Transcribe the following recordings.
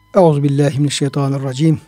Euzubillahimineşşeytanirracim.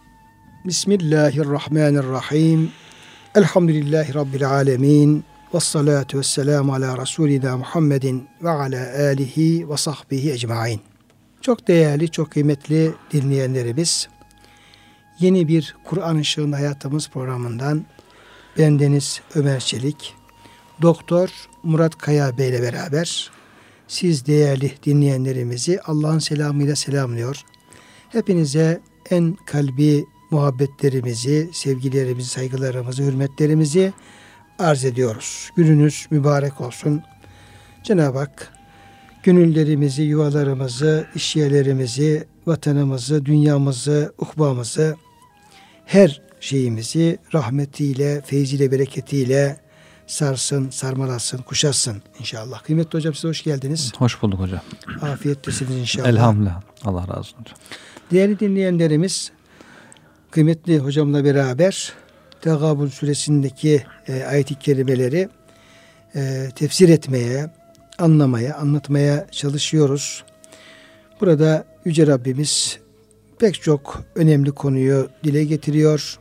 Bismillahirrahmanirrahim. Elhamdülillahi Rabbil alemin. Vessalatu vesselamu ala Resulina Muhammedin ve ala alihi ve sahbihi ecmain. Çok değerli, çok kıymetli dinleyenlerimiz, yeni bir Kur'an Işığında Hayatımız programından bendeniz Ömer Çelik, Doktor Murat Kaya Bey ile beraber siz değerli dinleyenlerimizi Allah'ın selamıyla selamlıyor. Hepinize en kalbi muhabbetlerimizi, sevgilerimizi, saygılarımızı, hürmetlerimizi arz ediyoruz. Gününüz mübarek olsun. Cenab-ı Hak gönüllerimizi, yuvalarımızı, işyerlerimizi, vatanımızı, dünyamızı, ukbamızı, her şeyimizi rahmetiyle, feyziyle, bereketiyle sarsın, sarmalasın, kuşatsın inşallah. Kıymetli hocam, size hoş geldiniz. Hoş bulduk hocam. Afiyettesiniz inşallah. Elhamdülillah. Allah razı olsun hocam. Değerli dinleyenlerimiz, kıymetli hocamla beraber Tegabun suresindeki ayet-i kerimeleri tefsir etmeye, anlamaya, anlatmaya çalışıyoruz. Burada Yüce Rabbimiz pek çok önemli konuyu dile getiriyor.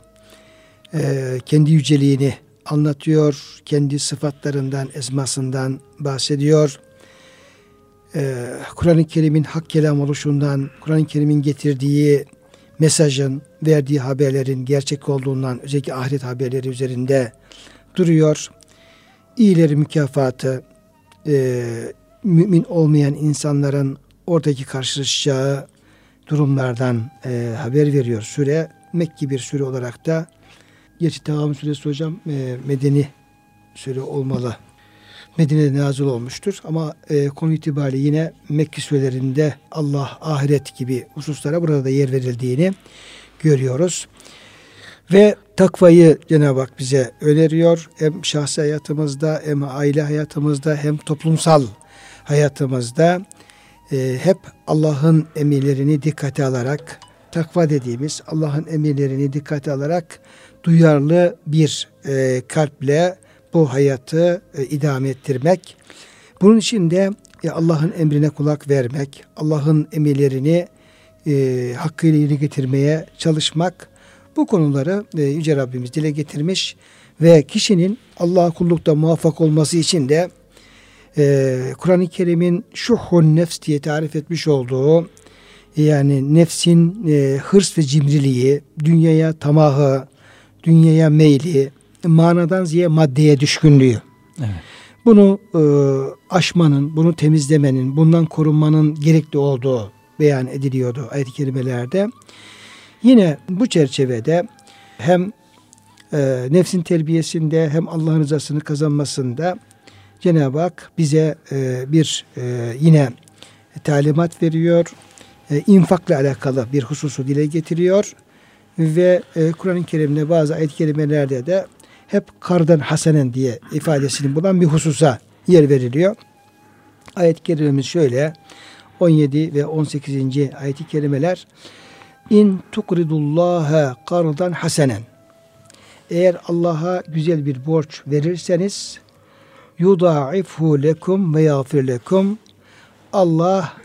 Kendi yüceliğini anlatıyor. Kendi sıfatlarından, esmasından bahsediyor. Kur'an-ı Kerim'in hak kelam oluşundan, Kur'an-ı Kerim'in getirdiği mesajın, verdiği haberlerin gerçek olduğundan, özellikle ahiret haberleri üzerinde duruyor. İyileri mükafatı, mümin olmayan insanların oradaki karşılaşacağı durumlardan haber veriyor. Sure Mekki bir sure olarak da, gerçi Tegabun suresi hocam medeni sure olmalı. Medine'de nazil olmuştur ama konu itibariyle yine Mekki surelerinde Allah, ahiret gibi hususlara burada da yer verildiğini görüyoruz. Ve takvayı Cenab-ı Hak bize öneriyor. Hem şahsi hayatımızda, hem aile hayatımızda, hem toplumsal hayatımızda hep Allah'ın emirlerini dikkate alarak, takva dediğimiz Allah'ın emirlerini dikkate alarak duyarlı bir kalple bu hayatı idame ettirmek. Bunun için de Allah'ın emrine kulak vermek, Allah'ın emirlerini hakkıyla yerine getirmeye çalışmak, bu konuları Yüce Rabbimiz dile getirmiş ve kişinin Allah'a kullukta muvaffak olması için de Kur'an-ı Kerim'in şuhun nefs diye tarif etmiş olduğu, yani nefsin hırs ve cimriliği, dünyaya tamahı, dünyaya meyli, manadan ziyade maddeye düşkünlüğü. Evet. Bunu aşmanın, bunu temizlemenin, bundan korunmanın gerekli olduğu beyan ediliyordu ayet-i kerimelerde. Yine bu çerçevede hem nefsin terbiyesinde hem Allah'ın rızasını kazanmasında Cenab-ı Hak bize bir yine talimat veriyor. İnfakla alakalı bir hususu dile getiriyor. Ve Kur'an-ı Kerim'de bazı ayet-i kerimelerde de hep kardan hasenen diye ifadesini bulan bir hususa yer veriliyor. Ayet-i kerimemiz şöyle, 17 ve 18. ayet-i kerimeler: İn tukridullaha kardan hasenen. Eğer Allah'a güzel bir borç verirseniz, yudâifhu lekum ve yâfir lekum. Allah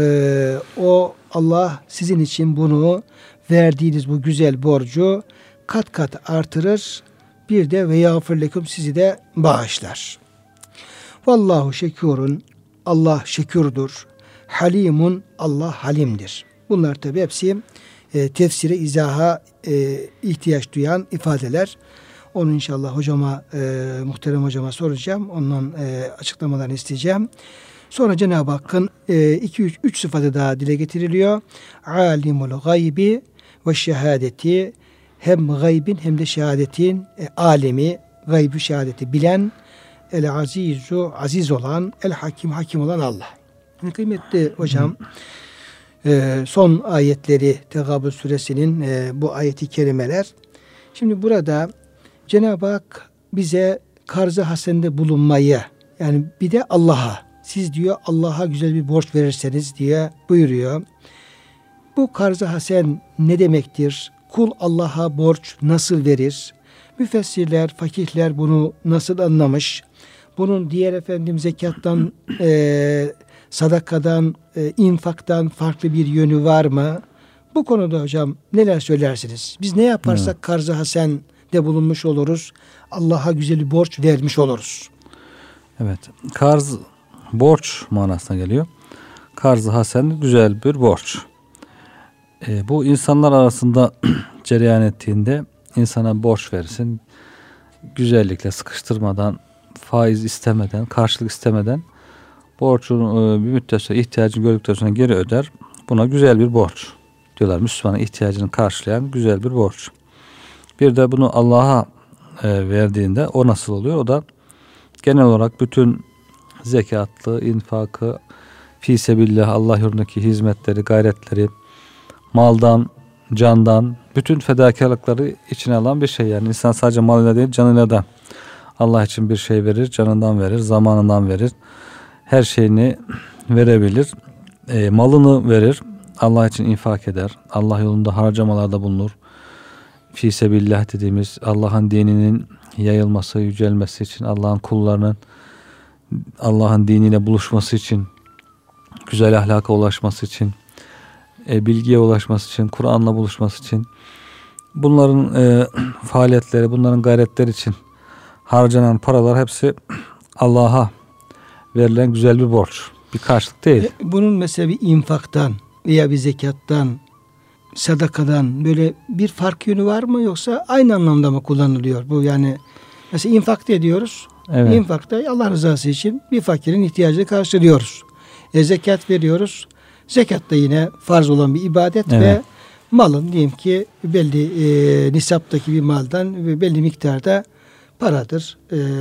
sizin için bunu, verdiğiniz bu güzel borcu kat kat artırır. Bir de ve yâfir lekum, sizi de bağışlar. Vallahu şekûrun, Allah şekûrdur. Halimun, Allah halimdir. Bunlar tabi hepsi tefsire, izaha ihtiyaç duyan ifadeler. Onu inşallah hocama, muhterem hocama soracağım. Ondan açıklamalarını isteyeceğim. Sonra Cenab-ı Hakk'ın 2-3 sıfatı daha dile getiriliyor. Alimul gaybi ve şehadeti, hem gaybin hem de şehadetin alemi, gaybü şehadeti bilen, el azizu, aziz olan, el hakim, hakim olan Allah. Kıymetli hocam, son ayetleri Tegabun suresinin bu ayeti kerimeler. Şimdi burada Cenab-ı Hak bize karz-ı hasende bulunmayı, yani bir de Allah'a, siz diyor Allah'a güzel bir borç verirseniz diye buyuruyor. Bu karz-ı hasen ne demektir? Kul Allah'a borç nasıl verir? Müfessirler, fakihler bunu nasıl anlamış? Bunun diğer zekattan, sadakadan, infaktan farklı bir yönü var mı? Bu konuda hocam neler söylersiniz? Biz ne yaparsak karz-ı hasen de bulunmuş oluruz. Allah'a güzel bir borç vermiş oluruz. Evet. Karz borç manasına geliyor. Karz-ı hasen güzel bir borç. Bu insanlar arasında cereyan ettiğinde insana borç verirsin. Güzellikle, sıkıştırmadan, faiz istemeden, karşılık istemeden borcunu bir müddet sonra ihtiyacını gördükten sonra geri öder. Buna güzel bir borç diyorlar. Müslümanın ihtiyacını karşılayan güzel bir borç. Bir de bunu Allah'a verdiğinde o nasıl oluyor? O da genel olarak bütün zekatlı, infakı, fisebillah, Allah yolundaki hizmetleri, gayretleri, maldan, candan, bütün fedakarlıkları içine alan bir şey. Yani insan sadece malıyla değil, canıyla da Allah için bir şey verir, canından verir, zamanından verir. Her şeyini verebilir. Malını verir. Allah için infak eder. Allah yolunda harcamalarda bulunur. Fisebillah dediğimiz Allah'ın dininin yayılması, yücelmesi için, Allah'ın kullarının Allah'ın diniyle buluşması için, güzel ahlaka ulaşması için, bilgiye ulaşması için, Kur'an'la buluşması için, bunların faaliyetleri, bunların gayretleri için harcanan paralar hepsi Allah'a verilen güzel bir borç. Bir karşılık değil. Bunun mesela bir infaktan veya bir zekattan, sadakadan böyle bir fark yönü var mı, yoksa aynı anlamda mı kullanılıyor bu? Yani mesela infakta ediyoruz. Evet. İnfakta Allah rızası için bir fakirin ihtiyacını karşılıyoruz. Zekat veriyoruz. Zekat da yine farz olan bir ibadet, evet, ve malın diyelim ki belli nisaptaki bir maldan ve belli miktarda paradır,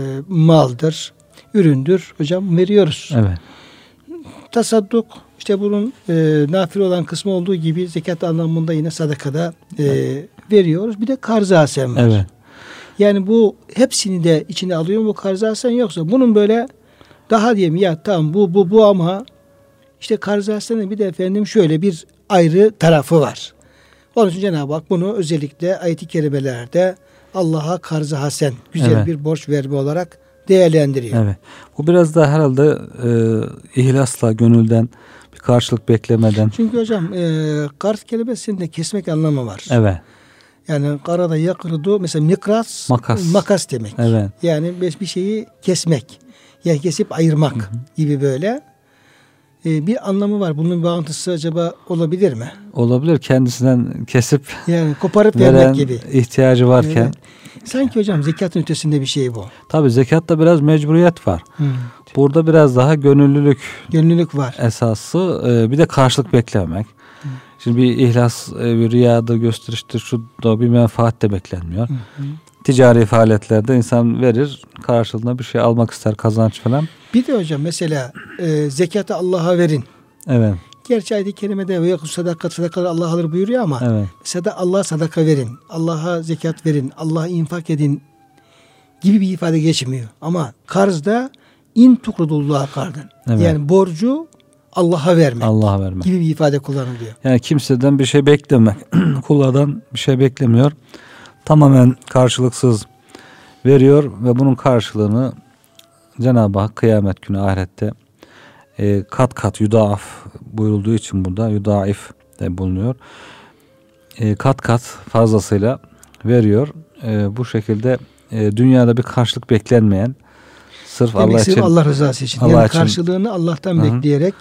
maldır, üründür hocam, veriyoruz. Evet. Tasadduk, işte bunun nafile olan kısmı olduğu gibi zekat anlamında yine sadakada veriyoruz. Bir de karz-ı hasen var. Evet. Yani bu hepsini de içine alıyor mu bu karz-ı hasen, yoksa bunun böyle daha diyeyim ya tamam bu ama işte karz-ı hasenin bir de efendim şöyle bir ayrı tarafı var. Onun için Cenab-ı Hak bunu özellikle ayet-i kerimelerde Allah'a karz-ı hasen, güzel evet, bir borç verme olarak değerlendiriyor. Evet. Bu biraz da herhalde ihlasla, gönülden, bir karşılık beklemeden. Çünkü hocam karz kelimesinde kesmek anlamı var. Evet. Yani karada yakırdu mesela mikras, makas demek. Evet. Yani bir şeyi kesmek, yani kesip ayırmak gibi böyle bir anlamı var. Bunun bağıntısı acaba olabilir mi? Olabilir. Kendisinden kesip yani koparıp vermek gibi. İhtiyacı varken. Evet. Sanki hocam zekatın ötesinde bir şey bu. Tabii zekatta biraz mecburiyet var. Burada biraz daha gönüllülük var. Esası bir de karşılık beklemek. Şimdi bir ihlas, bir riyadır, gösteriştir, şu da bir menfaat de beklenmiyor. Ticari faaliyetlerde insan verir, karşılığında bir şey almak ister, kazanç falan. Bir de hocam mesela zekatı Allah'a verin. Evet. Gerçi ayet-i kerimede ve sadakaları Allah alır buyuruyor ama evet, mesela da Allah'a sadaka verin, Allah'a zekat verin, Allah'a infak edin gibi bir ifade geçmiyor. Ama karzda in tukrudullaha kardan. Evet. Yani borcu Allah'a vermek. Allah'a vermek gibi bir ifade kullanılıyor. Yani kimseden bir şey beklemek. Kullardan bir şey beklemiyor. Tamamen karşılıksız veriyor ve bunun karşılığını Cenab-ı Hak kıyamet günü ahirette kat kat yudaaf buyurulduğu için burada yudaif de bulunuyor. Kat kat fazlasıyla veriyor. Bu şekilde dünyada bir karşılık beklenmeyen, sırf Allah için, Allah rızası için. Allah yani için, karşılığını Allah'tan bekleyerek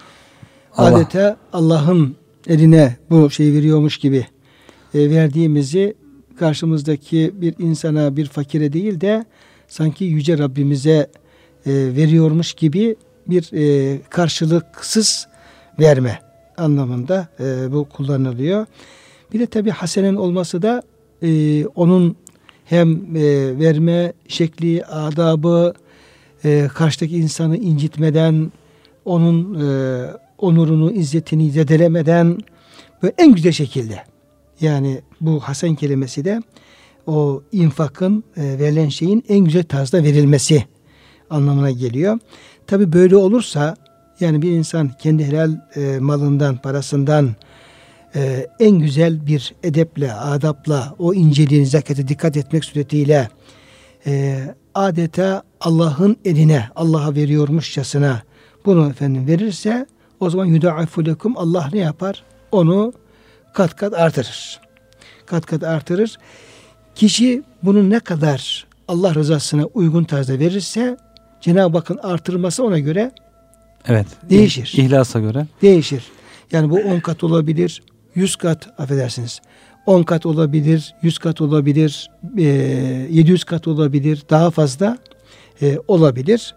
adeta Allah'ın eline bu şeyi veriyormuş gibi verdiğimizi karşımızdaki bir insana, bir fakire değil de sanki yüce Rabbimize veriyormuş gibi bir karşılıksız verme anlamında bu kullanılıyor. Bir de tabi hasenin olması da onun hem verme şekli, adabı, karşıdaki insanı incitmeden, onun onurunu, izzetini zedelemeden böyle en güzel şekilde, yani bu hasen kelimesi de o infakın, verilen şeyin en güzel tarzda verilmesi anlamına geliyor. Tabi böyle olursa, yani bir insan kendi helal malından, parasından en güzel bir edeple, adapla, o inceliğin, zekate dikkat etmek suretiyle adeta Allah'ın eline, Allah'a veriyormuşçasına bunu efendim verirse, o zaman yudaifu lekum, Allah ne yapar? Onu kat kat artırır. Kat kat artırır. Kişi bunu ne kadar Allah rızasına uygun tarzda verirse Cenab-ı Hakk'ın artırması ona göre evet, değişir. İhlasa göre. Değişir. Yani bu 10 kat olabilir, 100 kat affedersiniz. 10 kat olabilir, 100 kat olabilir, 700 kat olabilir, daha fazla olabilir.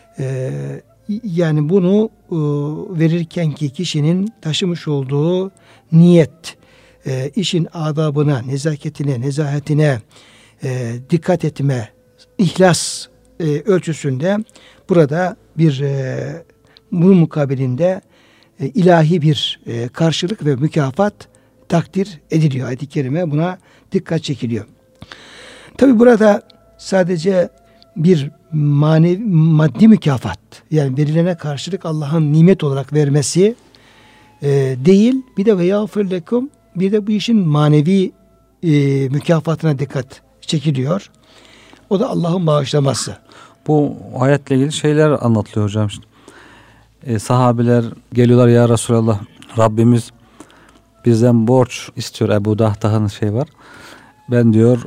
Yani bunu verirken ki kişinin taşımış olduğu niyet, işin adabına, nezaketine, nezahetine dikkat etme, ihlas ölçüsünde burada bir bunun mukabilinde ilahi bir karşılık ve mükafat takdir ediliyor. Ayet-i kerime buna dikkat çekiliyor. Tabi burada sadece bir maddi mükafat, yani verilene karşılık Allah'ın nimet olarak vermesi değil, bir de ve yağfir lekum, bir de bu işin manevi mükafatına dikkat çekiliyor. O da Allah'ın bağışlaması. Bu ayetle ilgili şeyler anlatılıyor hocam. Sahabiler geliyorlar, ya Resulallah, Rabbimiz bizden borç istiyor. Ebu Dahtah'ın şey var. Ben diyor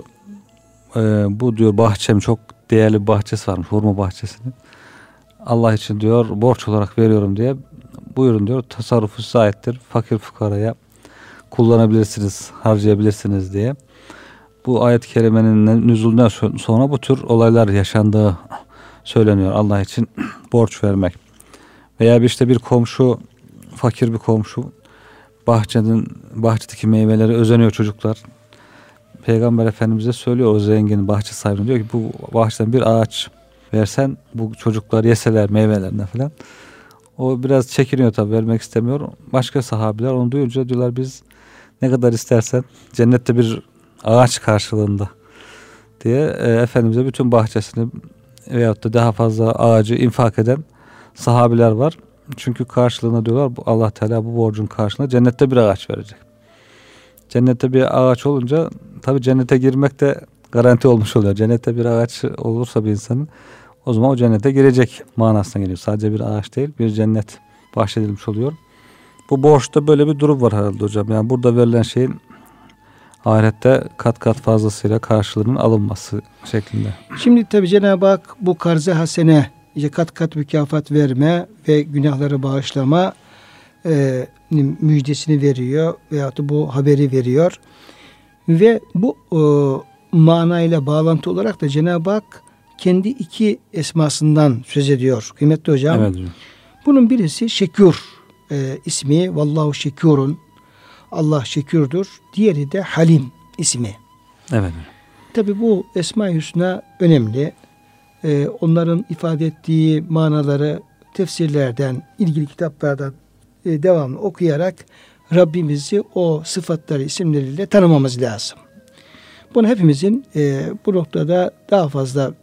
bu diyor bahçem, çok değerli bir bahçesi varmış, hurma bahçesini. Allah için diyor borç olarak veriyorum diye. Buyurun diyor, tasarrufu size aittir. Fakir fukaraya kullanabilirsiniz, harcayabilirsiniz diye. Bu ayet-i kerimenin nüzulünden sonra bu tür olaylar yaşandığı söyleniyor. Allah için borç vermek. Veya işte bir komşu, fakir bir komşu, bahçedeki meyveleri özeniyor çocuklar. Peygamber Efendimiz'e söylüyor, o zengin bahçe sahibine, diyor ki bu bahçeden bir ağaç versen bu çocuklar yeseler meyvelerine falan. O biraz çekiniyor tabii, vermek istemiyor. Başka sahabiler onu duyunca diyorlar, biz ne kadar istersen cennette bir ağaç karşılığında diye Efendimiz'e bütün bahçesini veyahut da daha fazla ağacı infak eden sahabiler var. Çünkü karşılığında diyorlar, Allah Teala bu borcun karşılığında cennette bir ağaç verecek. Cennette bir ağaç olunca tabii cennete girmek de garanti olmuş oluyor. Cennette bir ağaç olursa bir insanın, o zaman o cennete girecek manasına geliyor. Sadece bir ağaç değil, bir cennet bahşedilmiş oluyor. Bu borçta böyle bir durum var herhalde hocam. Yani burada verilen şeyin ahirette kat kat fazlasıyla karşılığının alınması şeklinde. Şimdi tabi Cenab-ı Hak bu karz-ı hasene, işte kat kat mükafat verme ve günahları bağışlama müjdesini veriyor veyahut da bu haberi veriyor. Ve bu manayla bağlantı olarak da Cenab-ı Hak kendi iki esmasından söz ediyor. Kıymetli hocam. Evet hocam. Bunun birisi Şekûr ismi. Vallahu şekûrun. Allah şekürdür. Diğeri de Halim ismi. Evet. Tabi bu Esma-i Hüsna önemli. Onların ifade ettiği manaları tefsirlerden, ilgili kitaplardan devamlı okuyarak Rabbimizi o sıfatları, isimleriyle tanımamız lazım. Bunu hepimizin bu noktada daha fazla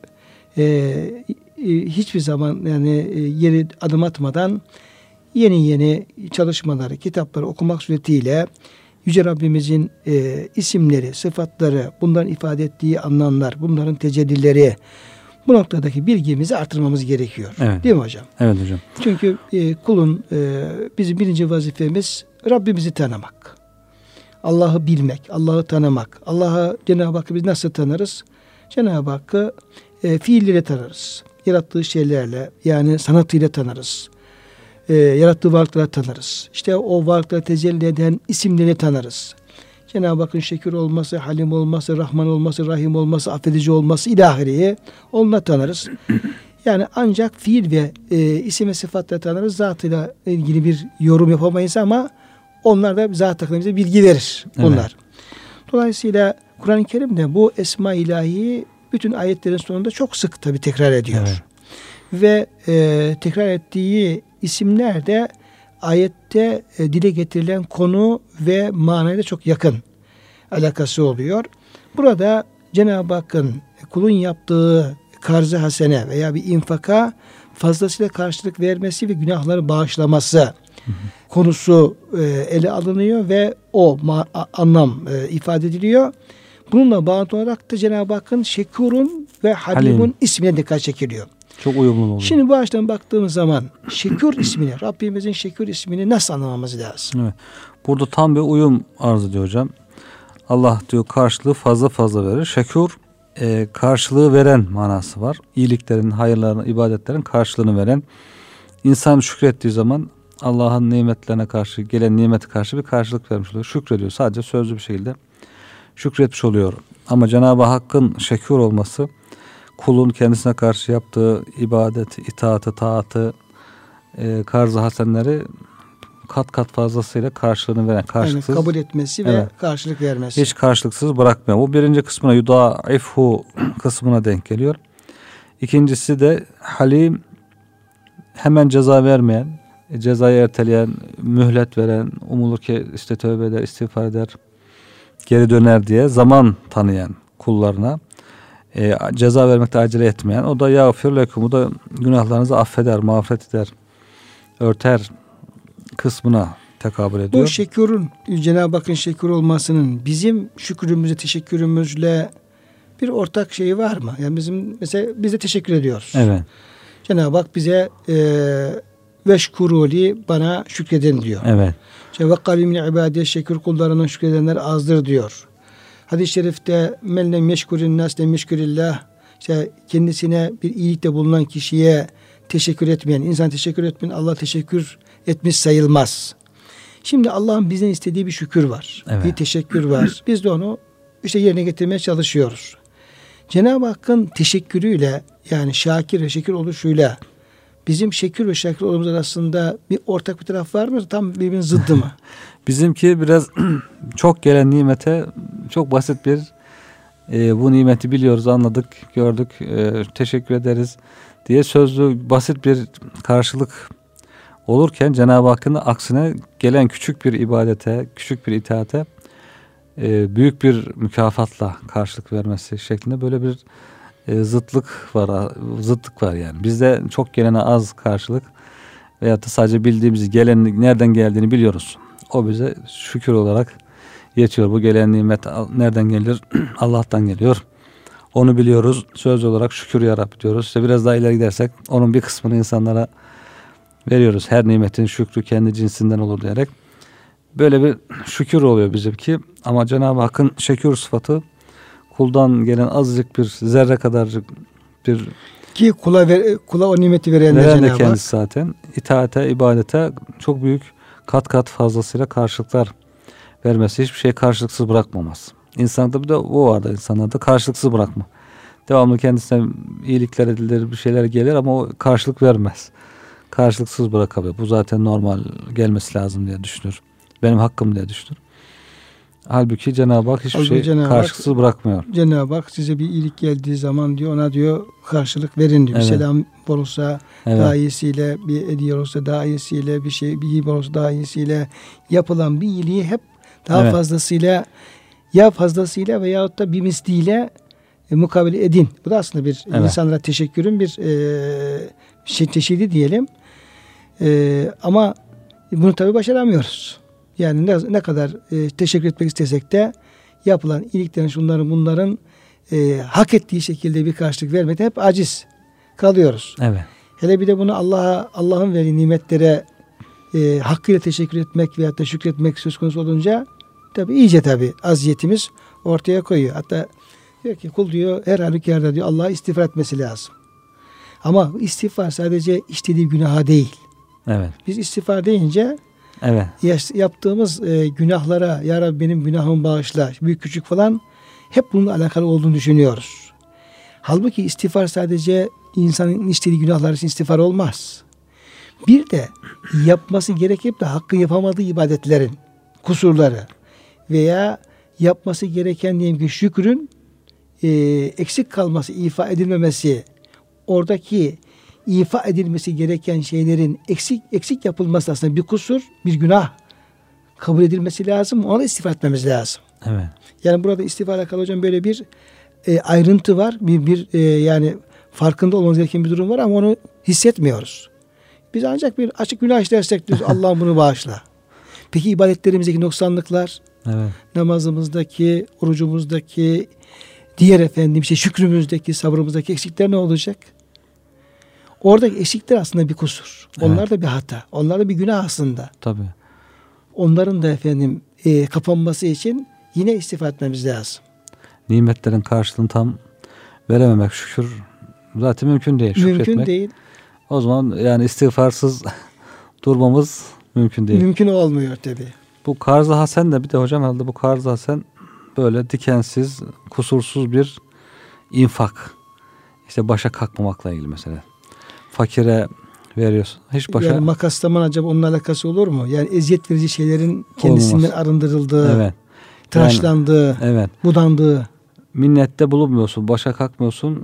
hiçbir zaman yani yeri adım atmadan yeni çalışmaları, kitapları okumak suretiyle Yüce Rabbimizin isimleri, sıfatları, bunların ifade ettiği anlamlar, bunların tecellileri, bu noktadaki bilgimizi artırmamız gerekiyor. Evet. Değil mi hocam? Evet hocam. Çünkü kulun bizim birinci vazifemiz Rabbimizi tanımak. Allah'ı bilmek, Allah'ı tanımak. Allah'ı, Cenab-ı Hakk'ı biz nasıl tanırız? Cenab-ı Hakk'ı fiilleriyle tanırız. Yarattığı şeylerle, yani sanatıyla tanırız. Yarattığı varlıkları tanırız. İşte o varlıkları tecelli eden isimlerini tanırız. Cenab-ı Hakk'ın şekür olması, halim olması, rahman olması, rahim olması, affedici olması ilahiriye onunla tanırız. Yani ancak fiil ve isim ve sıfatla tanırız. Zatıyla ilgili bir yorum yapamayız ama onlar da zat hakkında bize bilgi verir. Bunlar. Evet. Dolayısıyla Kur'an-ı Kerim'de bu esma ilahiyi bütün ayetlerin sonunda çok sık tabi tekrar ediyor. Evet. Ve tekrar ettiği isimler de ayette dile getirilen konu ve manayla çok yakın alakası oluyor. Burada Cenab-ı Hakk'ın kulun yaptığı karz-ı hasene veya bir infaka fazlasıyla karşılık vermesi ve günahları bağışlaması konusu ele alınıyor ve o anlam ifade ediliyor. Bununla bağlantılı olarak da Cenab-ı Hakk'ın Şekurun ve Halimun ismine dikkat çekiliyor. Çok uyumlu oluyor. Şimdi bu açıdan baktığımız zaman Şekür ismini, Rabbimizin Şekür ismini nasıl anlamamız lazım? Evet. Burada tam bir uyum arz ediyor hocam. Allah diyor karşılığı fazla fazla verir. Şekur karşılığı veren manası var. İyiliklerin, hayırların, ibadetlerin karşılığını veren. İnsan şükrettiği zaman Allah'ın nimetlerine karşı, gelen nimete karşı bir karşılık vermiş oluyor. Şükrediyor. Sadece sözlü bir şekilde şükretmiş oluyor. Ama Cenab-ı Hakk'ın şekur olması, kulun kendisine karşı yaptığı ibadet, itaatı, taatı, karz-ı hasenleri kat kat fazlasıyla karşılığını veren, karşılıksız. Yani kabul etmesi ve karşılık vermesi. Hiç karşılıksız bırakmıyor. Bu birinci kısmına yudaifhu kısmına denk geliyor. İkincisi de halim, hemen ceza vermeyen, cezayı erteleyen, mühlet veren, umulur ki işte tövbe eder, istiğfar eder, geri döner diye zaman tanıyan kullarına ceza vermekte acele etmeyen, o da yağfir lekum, o da günahlarınızı affeder, mağfiret eder, örter kısmına tekabül ediyor. Bu şekurun, Cenab-ı Hakk'ın şekur olmasının bizim şükrümüzle, teşekkürümüzle bir ortak şeyi var mı? Yani bizim mesela biz de teşekkür ediyoruz. Evet. Cenab-ı Hak bize veşkuruli, bana şükredin diyor. Evet. Ve kavmin ibadiye, şekür kullarının şükredenler azdır diyor. Hadis-i şerifte men lem yeşkurin nas lem yeşkurillah, işte kendisine bir iyilikte bulunan kişiye teşekkür etmeyen, insan teşekkür etmeyen, Allah teşekkür etmiş sayılmaz. Şimdi Allah'ın bizden istediği bir şükür var. Evet. Bir teşekkür var. Biz de onu işte yerine getirmeye çalışıyoruz. Cenab-ı Hakk'ın teşekkürüyle, yani şakir ve şekir oluşuyla bizim şekür ve şakir olmamız arasında bir ortak bir taraf var mı? Tam birbirinin zıddı mı? Bizimki biraz çok gelen nimete çok basit bir bu nimeti biliyoruz, anladık, gördük, teşekkür ederiz diye sözlü basit bir karşılık olurken, Cenab-ı Hakk'ın aksine gelen küçük bir ibadete, küçük bir itaate büyük bir mükafatla karşılık vermesi şeklinde böyle bir zıtlık var yani. Bizde çok gelene az karşılık veyahut da sadece bildiğimiz gelen nereden geldiğini biliyoruz. O bize şükür olarak yetiyor. Bu gelen nimet nereden gelir? Allah'tan geliyor. Onu biliyoruz. Söz olarak şükür ya Rabbi diyoruz. İşte biraz daha ileri gidersek onun bir kısmını insanlara veriyoruz. Her nimetin şükrü kendi cinsinden olur diyerek. Böyle bir şükür oluyor bizimki. Ama Cenab-ı Hakk'ın şekür sıfatı, kuldan gelen azıcık bir zerre kadarcık bir ki kula o nimeti veren de Cenab-ı Cenab-ı kendisi zaten. İtaate, ibadete çok büyük kat kat fazlasıyla karşılıklar vermesi, hiçbir şey karşılıksız bırakmaması. İnsanda bir de o vardı, insanlarda karşılıksız bırakma. Devamlı kendisine iyilikler edilir, bir şeyler gelir ama o karşılık vermez. Karşılıksız bırakabilir. Bu zaten normal gelmesi lazım diye düşünür. Benim hakkım diye düşünür. Halbuki Cenab-ı Hak hiçbir şey karşılıksız bırakmıyor. Cenab-ı Hak size bir iyilik geldiği zaman diyor, ona diyor karşılık verin diyor. Evet. Bir selam olursa Evet. daha iyisiyle, bir hediye olursa daha iyisiyle, bir hibe olursa daha iyisiyle, yapılan bir iyiliği hep daha Evet. fazlasıyla, ya fazlasıyla veyahut da bir misliyle mukabele edin. Bu da aslında bir insanlara teşekkürün bir çeşidi diyelim. Ama bunu tabii başaramıyoruz. Yani ne kadar teşekkür etmek istesek de yapılan iyiliklerin, şunların bunların hak ettiği şekilde bir karşılık vermekte hep aciz kalıyoruz. Evet. Hele bir de bunu Allah'ın verdiği nimetlere hakkıyla teşekkür etmek veyahut da şükretmek söz konusu olunca iyice aziyetimiz ortaya koyuyor. Hatta diyor ki kul diyor her halükarda diyor Allah'a istiğfar etmesi lazım. Ama istiğfar sadece işlediği günaha değil. Evet. Biz istiğfar deyince yaptığımız günahlara, ya Rabbi benim günahımı bağışla, büyük küçük falan, hep bununla alakalı olduğunu düşünüyoruz. Halbuki istiğfar sadece insanın işlediği günahlar için istiğfar olmaz. Bir de yapması gerekip de hakkı yapamadığı ibadetlerin kusurları veya yapması gereken diyelim ki şükrün eksik kalması, ifa edilmemesi, oradaki ifa edilmesi gereken şeylerin eksik yapılması aslında bir kusur, bir günah kabul edilmesi lazım. Ona istiğfar etmemiz lazım. Evet. Yani burada istiğfarla alakalı hocam böyle bir ayrıntı var. Yani farkında olmamız gereken bir durum var ama onu hissetmiyoruz. Biz ancak bir açık günah işlersek diyoruz Allah'ım bunu bağışla. Peki ibadetlerimizdeki noksanlıklar, namazımızdaki, orucumuzdaki, diğer şükrümüzdeki, sabrımızdaki eksikler ne olacak? Oradaki eksikler aslında bir kusur. Onlar da bir hata. Onlar da bir günah aslında. Tabii. onların da efendim kapanması için yine istiğfar etmemiz lazım. Nimetlerin karşılığını tam verememek, şükür zaten mümkün değil. Mümkün değil. O zaman yani istiğfarsız durmamız mümkün değil. Mümkün olmuyor tabii. Bu karz-ı hasen de bir de hocam herhalde bu karz-ı hasen böyle dikensiz, kusursuz bir infak. İşte başa kalkmamakla ilgili mesela. Fakire veriyorsun. Hiç başa... Yani makaslaman acaba onunla alakası olur mu? Yani eziyet verici şeylerin kendisinden olmaz. Arındırıldığı, Evet. tıraşlandığı, evet. budandığı. Minnette bulunmuyorsun, başa kalkmıyorsun.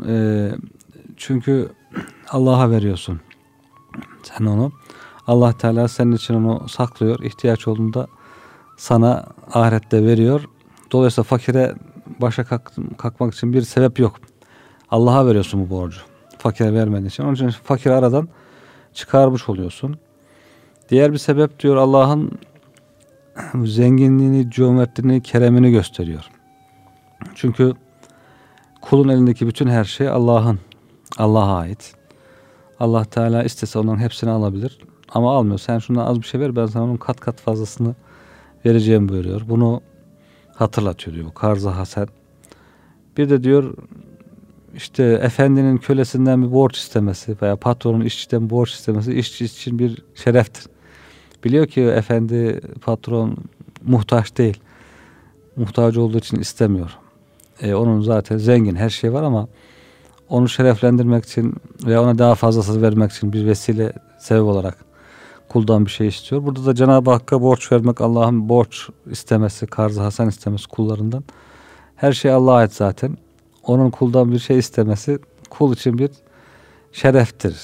Çünkü Allah'a veriyorsun. Sen onu. Allah Teala senin için onu saklıyor. İhtiyaç olduğunda sana ahirette veriyor. Dolayısıyla fakire başa kalkmak için bir sebep yok. Allah'a veriyorsun bu borcu. Fakire vermediğin için. Onun için fakiri aradan çıkarmış oluyorsun. Diğer bir sebep diyor Allah'ın zenginliğini, cömertliğini, keremini gösteriyor. Çünkü kulun elindeki bütün her şey Allah'a ait. Allah Teala istese onların hepsini alabilir. Ama almıyor. Sen şundan az bir şey ver, ben sana onun kat kat fazlasını vereceğim buyuruyor. Bunu hatırlatıyor diyor. Karz-ı hasen. Bir de diyor işte efendinin kölesinden bir borç istemesi veya patronun işçiden borç istemesi işçi için bir şereftir. Biliyor ki efendi, patron muhtaç değil. Muhtaç olduğu için istemiyor. Onun zaten zengin, her şey var ama onu şereflendirmek için veya ona daha fazlasını vermek için bir vesile, sebep olarak kuldan bir şey istiyor. Burada da Cenab-ı Hakk'a borç vermek, Allah'ın borç istemesi, karz-ı hasen istemesi kullarından. Her şey Allah'a ait zaten. Onun kuldan bir şey istemesi kul için bir şereftir.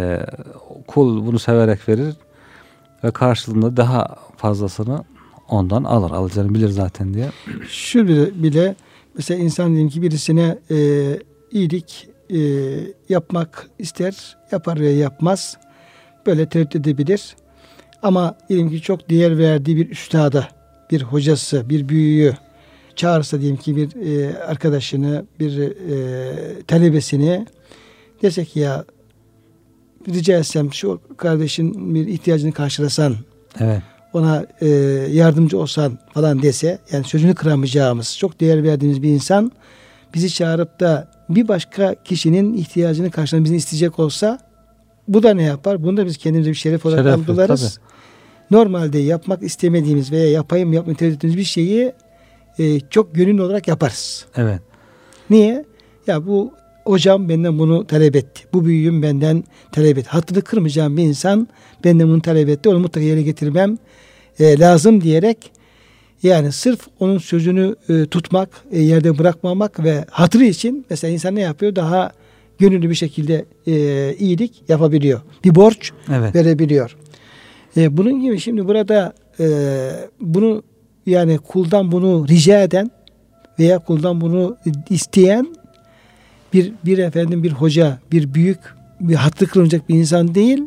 Kul bunu severek verir ve karşılığında daha fazlasını ondan alır. Alacağını bilir zaten diye. Şu bile mesela insan diyelim ki birisine iyilik yapmak ister, yapar veya yapmaz. Böyle tereddüt edebilir. Ama diyelim ki çok değer verdiği bir üstada, bir hocası, bir büyüğü çağırsa diyelim ki bir arkadaşını, bir talebesini dese ki ya rica etsem şu kardeşin bir ihtiyacını karşılasan, evet, ona yardımcı olsan falan dese, yani sözünü kıramayacağımız, çok değer verdiğimiz bir insan bizi çağırıp da bir başka kişinin ihtiyacını karşılamak bizi isteyecek olsa, bu da ne yapar? Bunu da biz kendimize bir şeref olarak algılarız. Normalde yapmak istemediğimiz veya yapmayı tereddüt ettiğimiz bir şeyi çok gönüllü olarak yaparız. Evet. Niye? Ya bu hocam benden bunu talep etti. Bu büyüğüm benden talep etti. Hattını kırmayacağım bir insan benden bunu talep etti. Onu mutlaka yere getirmem lazım diyerek, yani sırf onun sözünü tutmak, yerde bırakmamak ve hatırı için mesela insan ne yapıyor? Daha gönüllü bir şekilde iyilik yapabiliyor. Bir borç verebiliyor. Bunun gibi şimdi burada bunu, yani kuldan bunu rica eden veya kuldan bunu isteyen bir efendim, bir hoca, bir büyük, bir hattı kırılacak bir insan değil.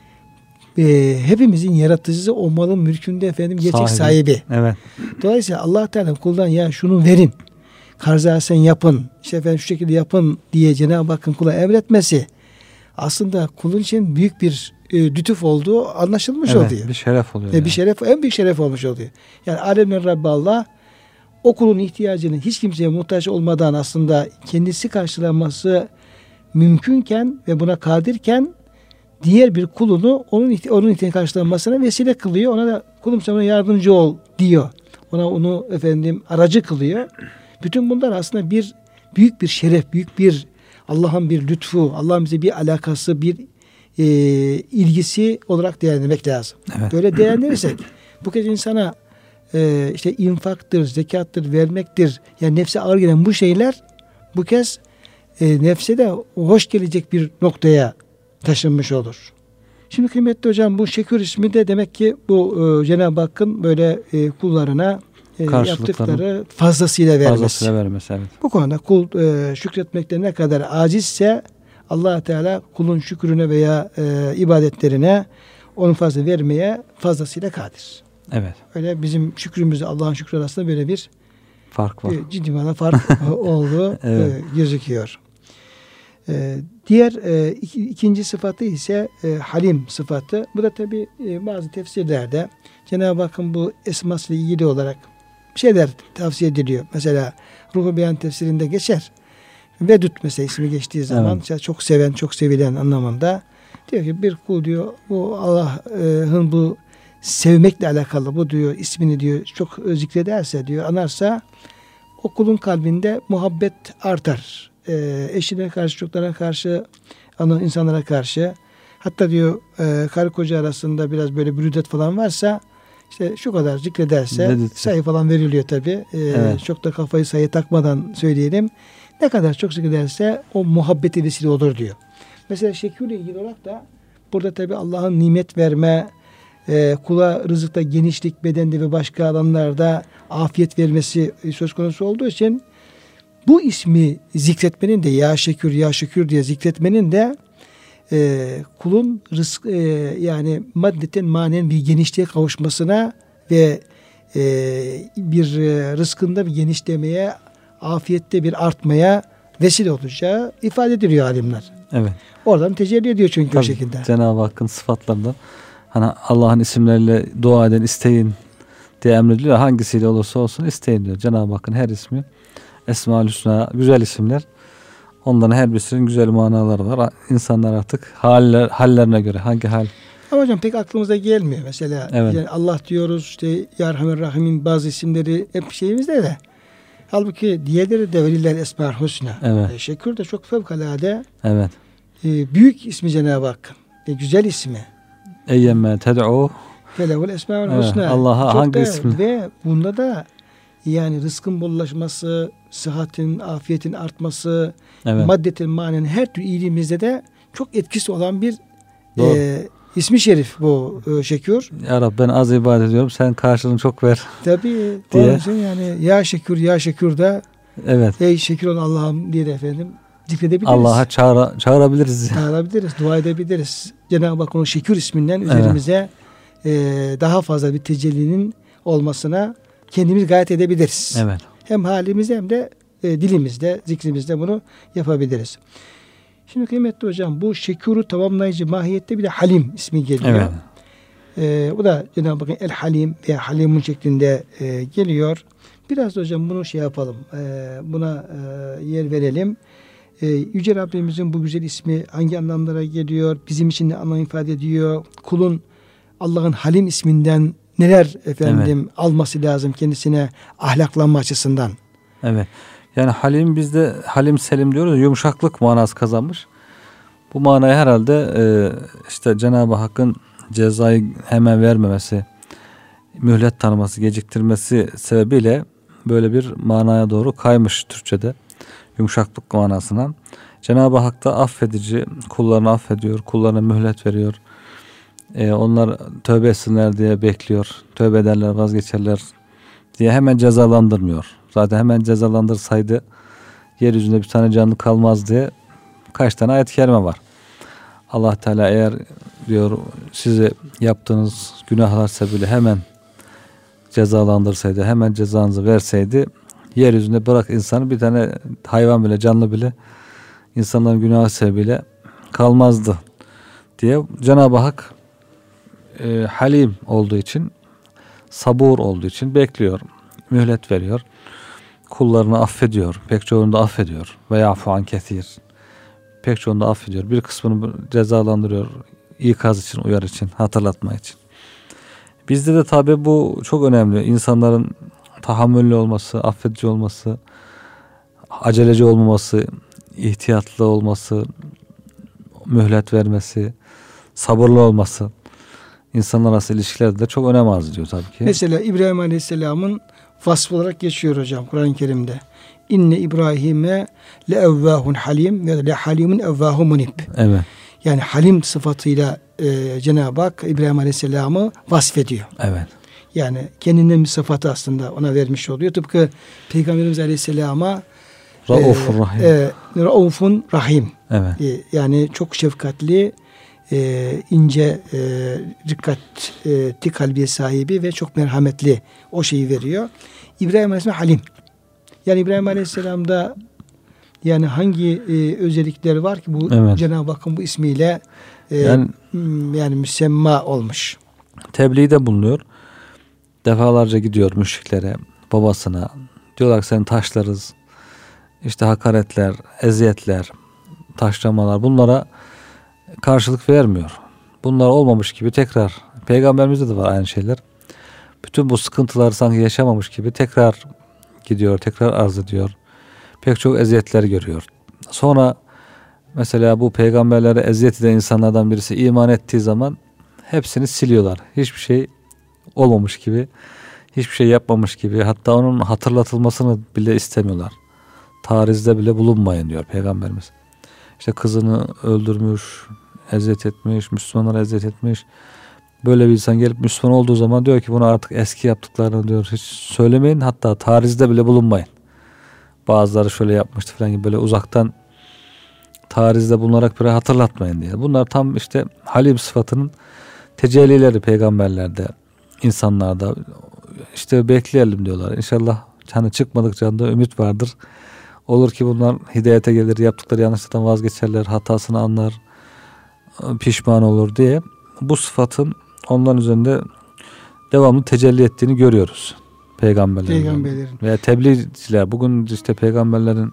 Hepimizin yaratıcısı, o malın mülkünde efendim gerçek sahibi. Evet. Dolayısıyla Allah Teala kuldan ya şunu verin, karz-ı hasen yapın, işte efendim şu şekilde yapın diye Cenab-ı Hakk'ın kula emretmesi aslında kulun için büyük bir lütuf olduğu anlaşılmış oluyor. Bir şeref oluyor. Bir şeref, en büyük şeref olmuş oluyor. Yani alemlerin Rabbi Allah o kulun ihtiyacını hiç kimseye muhtaç olmadan aslında kendisi karşılanması mümkünken ve buna kadirken diğer bir kulunu onun ihtiyacını karşılanmasına vesile kılıyor. Ona da kulum sen ona yardımcı ol diyor. Onu efendim aracı kılıyor. Bütün bunlar aslında büyük bir şeref, büyük bir Allah'ın bir lütfu, Allah'ın bize bir alakası, bir ilgisi olarak değerlendirmek lazım. Evet. Böyle değerlendirirsek bu kez insana işte infaktır, zekattır, vermektir, yani nefse ağır gelen bu şeyler bu kez nefse de hoş gelecek bir noktaya taşınmış olur. Şimdi kıymetli hocam, bu şekür ismi de demek ki bu Cenab-ı Hakk'ın böyle kullarına yaptıkları fazlasıyla vermesi. Evet. Bu konuda kul şükretmekte ne kadar acizse Allah Teala kulun şükrüne veya ibadetlerine onun fazla vermeye fazlasıyla kadir. Evet. Öyle bizim şükrümüzle Allah'ın şükrü arasında böyle bir fark var. Ciddi bir fark olduğu gözüküyor. Diğer ikinci sıfatı ise halim sıfatı. Bu da tabi bazı tefsirlerde Cenab-ı Hakk'ın bu esmasıyla ilgili olarak şeyler tavsiye ediliyor. Mesela Ruh-u Beyan tefsirinde geçer. Vedud mesela ismi geçtiği zaman çok seven, çok sevilen anlamında. Diyor ki bir kul diyor bu Allah'ın bu sevmekle alakalı bu diyor ismini diyor çok zikrederse diyor anarsa o kulun kalbinde muhabbet artar. Eşine karşı, çocuklara karşı, insanlara karşı. Hatta diyor karı koca arasında biraz böyle brüdet falan varsa işte şu kadar zikrederse sayı falan veriliyor tabi. Çok da kafayı sayı takmadan söyleyelim. Ne kadar çok zikrederse o muhabbeti vesile olur diyor. Mesela şekürle ilgili olarak da burada tabi Allah'ın nimet verme, kula rızıkta genişlik, bedende ve başka alanlarda afiyet vermesi söz konusu olduğu için bu ismi zikretmenin de ya şekür ya şükür diye zikretmenin de kulun yani maddeten manen bir genişliğe kavuşmasına ve bir rızkında bir genişlemeye, afiyette bir artmaya vesile olacağı ifade ediliyor alimler. Evet. Oradan tecelli ediyor çünkü o şekilde. Cenab-ı Hakk'ın sıfatlarında hani Allah'ın isimleriyle dua eden isteyin diye emrediliyor. Hangisiyle olursa olsun isteyin diyor. Cenab-ı Hakk'ın her ismi Esma-ül Hüsna güzel isimler. Onların her birisinin güzel manaları var. İnsanlar artık hallerine göre hangi hal. Ama hocam pek aklımıza gelmiyor. Mesela yani Allah diyoruz işte Ya Rahman Rahim'in bazı isimleri hep şeyimizde de. Halbuki diğerleri de veliler Esma-ül Hüsna. Evet. Şekür de çok fevkalade. Evet. Büyük ismi Cenab-ı Hakk'ın. Güzel ismi. Eyyemme ted'u Felehul Esma-ül Hüsna. Allah'a hangi ismi? Ve bunda da yani rızkın bollaşması, sıhhatin, afiyetin artması, maddetin manen her türlü iyiliğimizde de çok etkisi olan bir ismi şerif bu şekür. Ya Rabbi ben az ibadet ediyorum. Sen karşılığını çok ver. Tabii. Diye. Yani ya şekür ya şekür da ey şekür ol Allah'ım diye efendim zikredebiliriz. Allah'a çağırabiliriz. Çağırabiliriz, dua edebiliriz. Cenab-ı Hak onun şekür isminden üzerimize daha fazla bir tecellinin olmasına kendimiz gayret edebiliriz. Evet. Hem halimizde hem de dilimizde, zikrimizde bunu yapabiliriz. Şimdi kıymetli hocam bu şekuru tamamlayıcı mahiyette bir de Halim ismi geliyor. Evet. Bu da Cenab-ı Hakk'ın El Halim veya Halimun şeklinde geliyor. Biraz da hocam bunu şey yapalım. Buna yer verelim. Yüce Rabbimizin bu güzel ismi hangi anlamlara geliyor? Bizim için ne anlam ifade ediyor? Kulun Allah'ın Halim isminden neler alması lazım kendisine ahlaklanma açısından? Evet. Yani Halim bizde Halim Selim diyoruz. Yumuşaklık manası kazanmış. Bu manayı herhalde işte Cenab-ı Hakk'ın cezayı hemen vermemesi, mühlet tanıması, geciktirmesi sebebiyle böyle bir manaya doğru kaymış Türkçe'de. Yumuşaklık manasına. Cenab-ı Hak da affedici, kullarını affediyor, kullarına mühlet veriyor. Onlar tövbe etsinler diye bekliyor. Tövbe ederler, vazgeçerler diye hemen cezalandırmıyor. Zaten hemen cezalandırsaydı yeryüzünde bir tane canlı kalmaz diye kaç tane ayet-i kerime var. Allah Teala eğer diyor size yaptığınız günahlar sebebiyle hemen cezalandırsaydı, hemen cezanızı verseydi yeryüzünde bırak insanı bir tane hayvan bile, canlı bile insanların günahı sebebiyle kalmazdı diye Cenab-ı Hak Halim olduğu için, sabur olduğu için bekliyor, mühlet veriyor. Kullarını affediyor. Pek çoğunu da affediyor. Ve yafu an kethir. Pek çoğunu da affediyor. Bir kısmını cezalandırıyor. İkaz için, uyar için, hatırlatma için. Bizde de tabi bu çok önemli. İnsanların tahammüllü olması, affedici olması, aceleci olmaması, ihtiyatlı olması, mühlet vermesi, sabırlı olması insanlar arası ilişkilerde de çok önem arz ediyor tabii ki. Mesela İbrahim Aleyhisselam'ın vasfı olarak geçiyor hocam Kur'an-ı Kerim'de. İnne İbrahim'e leevvâhun halim ve le halimun evvâhu munib. Evet. Yani halim sıfatıyla Cenab-ı Hak İbrahim Aleyhisselam'ı vasfediyor. Evet. Yani kendinden bir sıfatı aslında ona vermiş oluyor. Tıpkı Peygamberimiz Aleyhisselam'a Raufur Rahim. Raufun Rahim. Evet. Yani çok şefkatli, ince, dikkatli kalbiye sahibi ve çok merhametli o şeyi veriyor. İbrahim Aleyhisselam Halim. Yani İbrahim Aleyhisselam'da yani hangi özellikler var ki bu Cenab-ı Hakk'ın bu ismiyle yani müsemma olmuş. Tebliğde bulunuyor. defalarca gidiyor müşriklere, babasına. Diyorlar ki seni taşlarız. İşte hakaretler, eziyetler, taşlamalar, bunlara karşılık vermiyor. Bunlar olmamış gibi tekrar, Peygamberimizde de var aynı şeyler. Bütün bu sıkıntıları sanki yaşamamış gibi tekrar gidiyor, tekrar arz ediyor. Pek çok eziyetler görüyor. Sonra mesela bu peygamberlere eziyet eden insanlardan birisi iman ettiği zaman hepsini siliyorlar. Hiçbir şey olmamış gibi, hiçbir şey yapmamış gibi, hatta onun hatırlatılmasını bile istemiyorlar. Tarizde bile bulunmayın diyor Peygamberimiz. İşte kızını öldürmüş, eziyet etmiş, Müslümanlara eziyet etmiş. Böyle bir insan gelip Müslüman olduğu zaman diyor ki bunu artık eski yaptıklarını diyor hiç söylemeyin, hatta tarizde bile bulunmayın. Bazıları şöyle yapmıştı falan gibi böyle uzaktan tarizde bulunarak böyle hatırlatmayın diye. Bunlar tam işte halim sıfatının tecellileri peygamberlerde, insanlarda. İşte bekleyelim diyorlar. İnşallah hani çıkmadıkça da ümit vardır. Olur ki bunlar hidayete gelir, yaptıkları yanlışlıktan vazgeçerler, hatasını anlar, pişman olur diye bu sıfatın onların üzerinde devamlı tecelli ettiğini görüyoruz. Peygamberlerin. Veya tebliğciler. Bugün işte peygamberlerin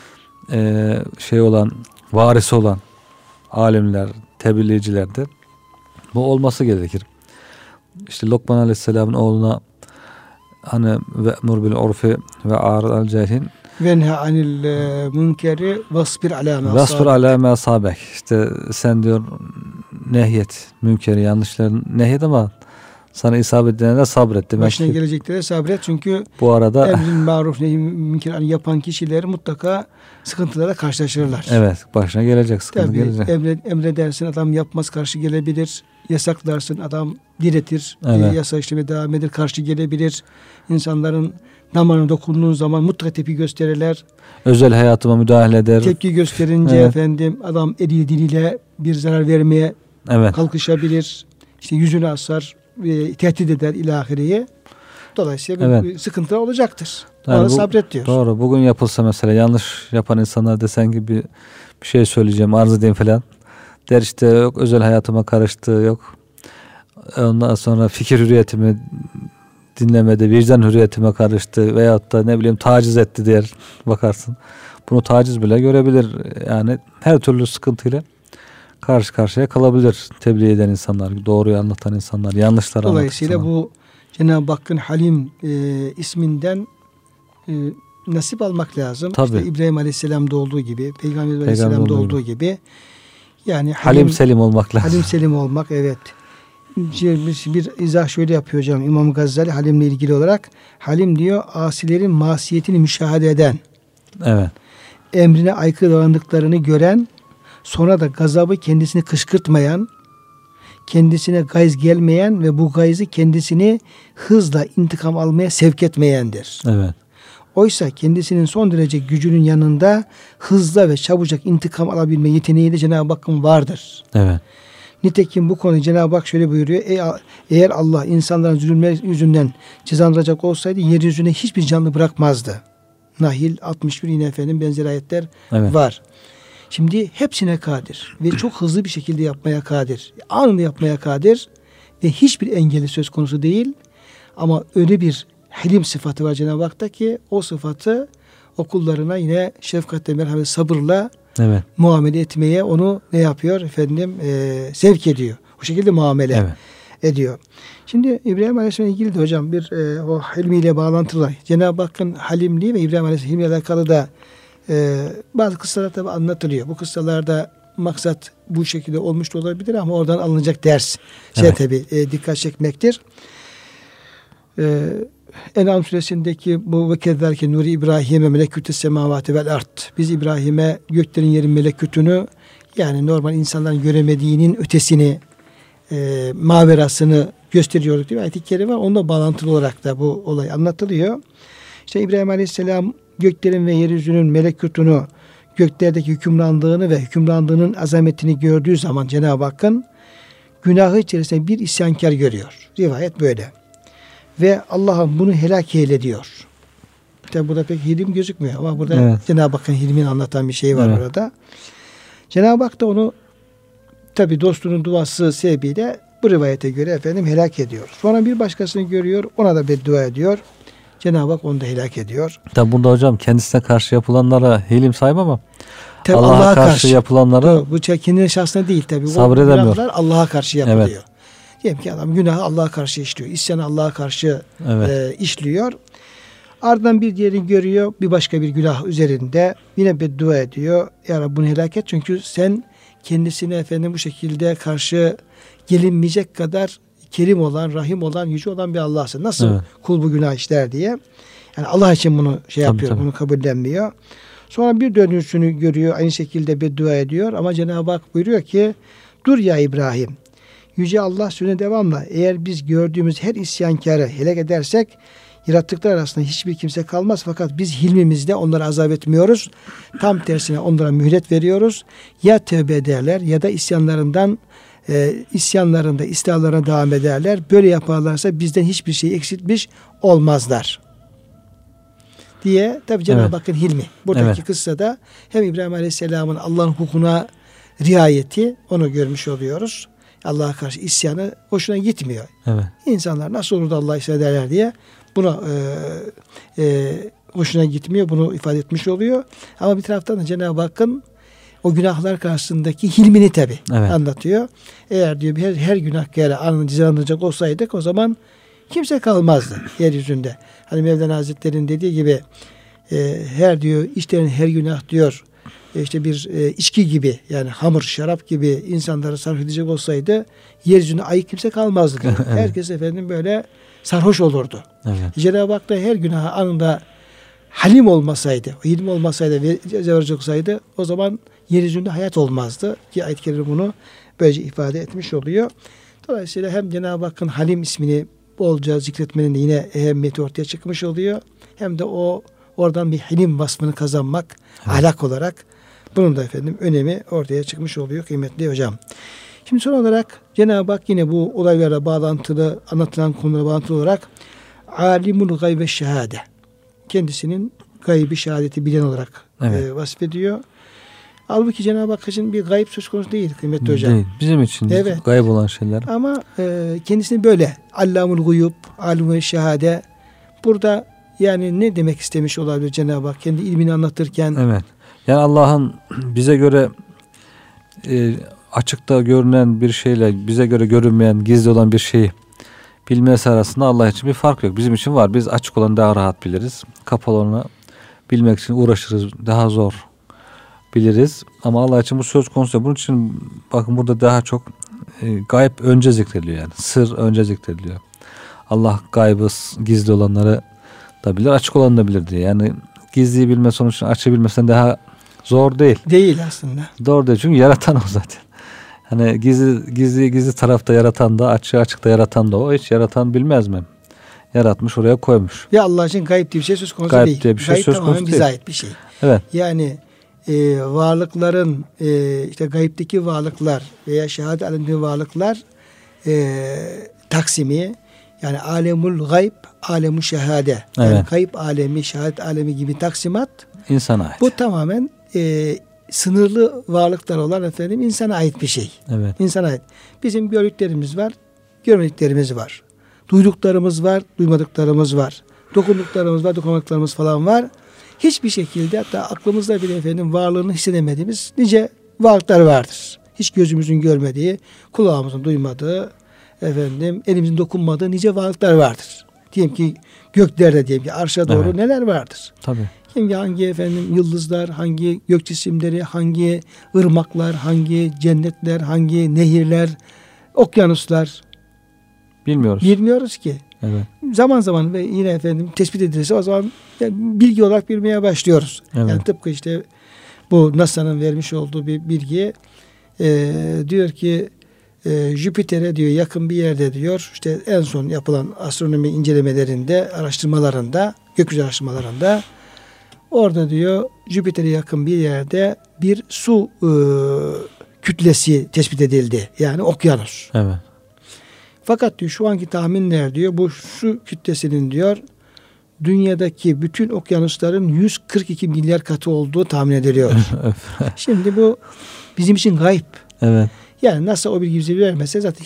olan, varisi olan alimler, tebliğcilerde bu olması gerekir. İşte Lokman Aleyhisselam'ın oğluna hani ve'mur bil urfi ve a'rid anil cahilin ve nha anil münkeri vasbir ala ma asabek. İşte sen diyor nehyet, münkeri, yanlışların nehyet ama sana isabet edene de sabret. Demek başına geleceklere sabret, çünkü bu arada emrin maruf nehy münker yapan kişiler mutlaka sıkıntılara karşılaşırlar. Evet, başına gelecek sıkıntı. Tabii, gelecek. Emredersin adam yapmaz, karşı gelebilir. Yasaklarsın adam diretir. Evet. Yasa işlemi devam eder, karşı gelebilir. İnsanların damarına dokunduğun zaman mutlaka tepki gösterirler. Özel hayatıma müdahale eder. Tepki gösterince efendim adam eli diliyle bir zarar vermeye kalkışabilir. İşte yüzünü asar, tehdit eder ilahiriye. Dolayısıyla bir sıkıntı olacaktır. Yani sabret diyor. Doğru. Bugün yapılsa mesela yanlış yapan insanlar desen ki bir şey söyleyeceğim, arz edeyim falan. Der işte yok özel hayatıma karıştı, yok. Ondan sonra fikir hürriyetimi dinlemedi, vicdan hürriyetime karıştı veyahut da ne bileyim taciz etti der. Bakarsın. Bunu taciz bile görebilir. Yani her türlü sıkıntıyla karşı karşıya kalabilir tebliğ eden insanlar, doğruyu anlatan insanlar, yanlışları anlatan insanlar. Dolayısıyla bu Cenab-ı Hakk'ın Halim isminden nasip almak lazım. Tabii. İşte İbrahim Aleyhisselam'da olduğu gibi, Peygamber Aleyhisselam'da olduğu gibi. Yani Halim selim olmak lazım. Halim selim olmak, evet. Bir izah şöyle yapıyor hocam İmam Gazali Halim'le ilgili olarak. Halim diyor asilerin masiyetini müşahede eden. Evet. Emrine aykırı davrandıklarını gören, sonra da gazabı kendisini kışkırtmayan, kendisine gayz gelmeyen ve bu gayzı kendisini hızla intikam almaya sevk etmeyendir. Evet. Oysa kendisinin son derece gücünün yanında hızla ve çabucak intikam alabilme yeteneği de Cenab-ı Hakk'ın vardır. Evet. Nitekim bu konuyu Cenab-ı Hak şöyle buyuruyor. Eğer Allah insanların zulümleri yüzünden cezalandıracak olsaydı yeryüzüne hiçbir canlı bırakmazdı. Nahil 61 yine efendim benzer ayetler var. Şimdi hepsine kadir ve çok hızlı bir şekilde yapmaya kadir. Anında yapmaya kadir ve hiçbir engeli söz konusu değil. Ama öyle bir hilim sıfatı var Cenab-ı Hak'ta ki o sıfatı o kullarına yine şefkatle, merhamet, sabırla muamele etmeye onu ne yapıyor efendim sevk ediyor. O şekilde muamele ediyor. Şimdi İbrahim Aleyhisselam'la ilgili de hocam bir o hilmiyle bağlantılı. Cenab-ı Hakk'ın halimliği ve İbrahim Aleyhisselam'la alakalı da bazı kıssalar tabi anlatılıyor. Bu kıssalarda maksat bu şekilde olmuş da olabilir ama oradan alınacak ders tabi dikkat çekmektir. En'am suresindeki bu ve kezzelke nuri İbrahim'e melekûtes semavati vel ard. Biz İbrahim'e göklerin yerin melekûtünü, yani normal insanların göremediğinin ötesini, maverasını gösteriyorduk diye ayet-i kerime var. Onunla bağlantılı olarak da bu olay anlatılıyor. İşte İbrahim Aleyhisselam göklerin ve yeryüzünün melekûtünü, göklerdeki hükümranlığını ve hükümranlığının azametini gördüğü zaman Cenab-ı Hakk'ın günahı içerisinde bir isyankar görüyor. Rivayet böyle. Ve Allah'ım bunu helak eyle diyor. Tabi burada pek hilim gözükmüyor ama burada Cenab-ı Hakk'ın hilmini anlatan bir şey var orada. Cenab-ı Hak da onu tabi dostunun duası sebebiyle Bu rivayete göre efendim helak ediyor. Sonra bir başkasını görüyor, ona da beddua ediyor. Cenab-ı Hak onu da helak ediyor. Tabi burada hocam kendisine karşı yapılanlara hilim saymam Tabii ama Allah'a karşı karşı yapılanlara bu kendine şahsına değil tabii. Sabredemiyor. Günahlar Allah'a karşı yapılıyor. Evet. Diyelim ki adam günahı Allah'a karşı işliyor. İsyanı Allah'a karşı işliyor. Ardından bir diğerini görüyor. Bir başka bir günah üzerinde yine beddua ediyor. Ya Rabbi bunu helak et. Çünkü sen kendisine efendim bu şekilde karşı gelinmeyecek kadar kerim olan, rahim olan, yüce olan bir Allah'sın. Nasıl kul bu günah işler diye. Yani Allah için bunu yapıyor. Tabii. Bunu kabullenmiyor. Sonra bir dönüşünü görüyor. Aynı şekilde beddua ediyor. Ama Cenab-ı Hak buyuruyor ki dur ya İbrahim. Yüce Allah sözüne devamla eğer biz gördüğümüz her isyankarı helak edersek yarattıklar arasında hiçbir kimse kalmaz. Fakat biz hilmimizle onları azap etmiyoruz. Tam tersine onlara mühlet veriyoruz. Ya tövbe ederler ya da isyanlarında, istihalarına devam ederler. Böyle yaparlarsa bizden hiçbir şey eksiltmiş olmazlar. Diye tabi Cenab-ı Hakk'ın hilmi. Buradaki kıssada hem İbrahim Aleyhisselam'ın Allah'ın hukukuna riayeti onu görmüş oluyoruz. Allah'a karşı isyanı hoşuna gitmiyor. Evet. İnsanlar nasıl olur da Allah'a isyan ederler diye buna hoşuna gitmiyor. Bunu ifade etmiş oluyor. Ama bir taraftan da Cenab-ı Hakk'ın o günahlar karşısındaki hilmini tabi anlatıyor. Eğer diyor her günahkâra anını cezalandıracak olsaydık o zaman kimse kalmazdı yeryüzünde. Hani Mevlana Hazretleri'nin dediği gibi her diyor işlerin her günah diyor işte bir içki gibi yani hamur, şarap gibi insanları sarhoş edecek olsaydı yeryüzünde ayık kimse kalmazdı diyor. Herkes efendim böyle sarhoş olurdu. Cenab-ı Hak da her günaha anında halim olmasaydı, hilm olmasaydı ve ceza verecek olsaydı o zaman yeryüzünde hayat olmazdı. Ki ayet-i kerime bunu böylece ifade etmiş oluyor. Dolayısıyla hem Cenab-ı Hakk'ın Halim ismini bolca zikretmenin de yine ehemmiyeti ortaya çıkmış oluyor. Hem de oradan bir hilim vasfını kazanmak ahlak olarak bunun da efendim önemi ortaya çıkmış oluyor kıymetli hocam. Şimdi son olarak Cenab-ı Hak yine bu olaylarla bağlantılı anlatılan konulara bağlantılı olarak alimul gaybe şehade kendisinin gaybi şehadeti bilen olarak vasfediyor. Halbuki Cenab-ı Hak için bir gayb söz konusu değil kıymetli hocam. Değil. Bizim için gayb olan şeyler. Ama kendisini böyle Allamul guyub, alimul şehade burada yani ne demek istemiş olabilir Cenab-ı Hak kendi ilmini anlatırken? Evet. Yani Allah'ın bize göre açıkta görünen bir şeyle bize göre görünmeyen, gizli olan bir şeyi bilmesi arasında Allah için bir fark yok. Bizim için var. Biz açık olanı daha rahat biliriz. Kapalı olanı bilmek için uğraşırız. Daha zor biliriz. Ama Allah için bu söz konusu. Bunun için bakın burada daha çok gayb önce zikrediliyor yani. Sır önce zikrediliyor. Allah gaybı, gizli olanları da bilir, açık olanı da bilir diye. Yani gizliyi bilme sonuçta açığı bilmesinden daha zor değil. Değil aslında. Doğru değil. Çünkü yaratan o zaten. Hani gizli tarafta yaratan da açıkta yaratan da o. Hiç yaratan bilmez mi? Yaratmış oraya koymuş. Ya Allah için gayb diye bir şey söz konusu gayb değil. Diye bir şey gayb söz konusu değil. bize ait bir şey. Evet. Yani varlıkların işte gaybdeki varlıklar veya şehadet alemindeki varlıklar taksimi yani alemul gayb, alemul şehade. Yani gayb alemi, şehadet alemi gibi taksimat insana ait. Bu tamamen sınırlı varlıklar olan efendim insana ait bir şey. Evet. İnsana ait. Bizim gördüklerimiz var, görmediklerimiz var. Duyduklarımız var, duymadıklarımız var. Dokunduklarımız var, dokunmadıklarımız falan var. Hiçbir şekilde hatta aklımızda bile efendim varlığını hissedemediğimiz nice varlıklar vardır. Hiç gözümüzün görmediği, kulağımızın duymadığı, efendim elimizin dokunmadığı nice varlıklar vardır. Diyelim ki göklerde diyelim ki arşa doğru neler vardır. Tabii. Hangi efendim yıldızlar, hangi gök cisimleri, hangi ırmaklar, hangi cennetler, hangi nehirler, okyanuslar bilmiyoruz ki. Evet. Zaman zaman ve yine efendim tespit edilirse o zaman yani bilgi olarak bilmeye başlıyoruz. Evet. Yani tıpkı işte bu NASA'nın vermiş olduğu bir bilgi diyor ki Jüpiter'e diyor yakın bir yerde diyor işte en son yapılan astronomi incelemelerinde, araştırmalarında, gökyüzü araştırmalarında orada diyor Jüpiter'e yakın bir yerde bir su kütlesi tespit edildi. Yani okyanus. Evet. Fakat diyor şu anki tahminler diyor bu su kütlesinin diyor dünyadaki bütün okyanusların 142 milyar katı olduğu tahmin ediliyor. Şimdi bu bizim için gayb. Evet. Yani nasıl o bilgi bize vermese zaten hiç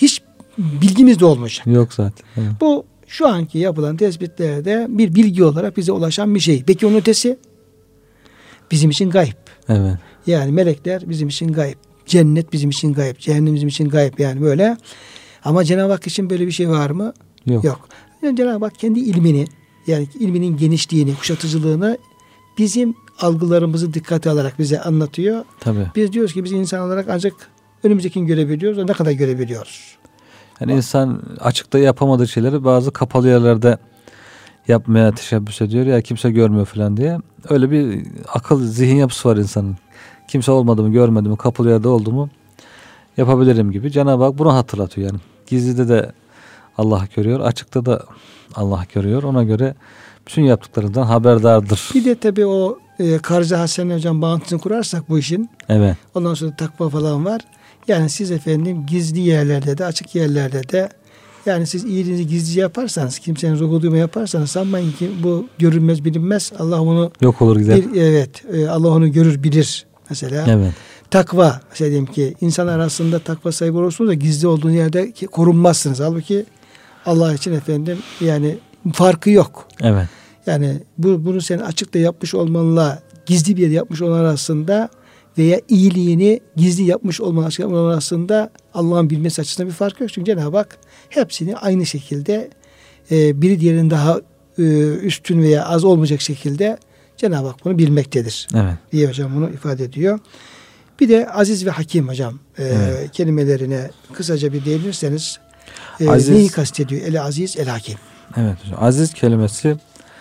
bilgimiz de olmayacak. Yok zaten. Evet. Bu şu anki yapılan tespitlerde bir bilgi olarak bize ulaşan bir şey. Peki onun ötesi bizim için gayb. Evet. Yani melekler bizim için gayb. Cennet bizim için gayb. Cehennem bizim için gayb. Yani böyle. Ama Cenab-ı Hak için böyle bir şey var mı? Yok. Yani Cenab-ı Hak kendi ilmini, yani ilminin genişliğini, kuşatıcılığını bizim algılarımızı dikkate alarak bize anlatıyor. Tabii. Biz diyoruz ki biz insan olarak ancak önümüzdekini görebiliyoruz. O ne kadar görebiliyoruz? Yani insan açıkta yapamadığı şeyleri bazı kapalı yerlerde yapmaya teşebbüs ediyor ya kimse görmüyor falan diye. Öyle bir akıl, zihin yapısı var insanın. Kimse olmadı mı, görmedi mi, kapalı yerde oldu mu yapabilirim gibi. Cenab-ı Hak bunu hatırlatıyor yani. Gizlide de Allah görüyor, açıkta da Allah görüyor. Ona göre bütün yaptıklarından haberdardır. Bir de tabii o Karz-ı Hasene hocam bağıntısını kurarsak bu işin. Evet. Ondan sonra takva falan var. Yani siz efendim gizli yerlerde de açık yerlerde de yani siz iyiliğinizi gizlice yaparsanız, kimsenin ruhu duyma yaparsanız sanmayın ki bu görünmez bilinmez. Allah onu yok olur gider. Evet. Allah onu görür bilir mesela. Evet. Takva mesela diyelim ki insanlar arasında takva sahibi olursunuz da gizli olduğunuz yerde korunmazsınız. Halbuki Allah için efendim yani farkı yok. Evet. Yani bunu sen açıkta yapmış olmanla gizli bir yerde yapmış olman arasında veya iyiliğini gizli yapmış olman arasında Allah'ın bilmesi açısından bir fark yok. Çünkü Cenab-ı Hak hepsini aynı şekilde biri diğerinin daha üstün veya az olmayacak şekilde Cenab-ı Hak bunu bilmektedir. Evet. Diye hocam bunu ifade ediyor. Bir de aziz ve hakim hocam kelimelerine kısaca bir değinirseniz neyi kastediyor? El aziz, el hakim. Evet hocam. Aziz kelimesi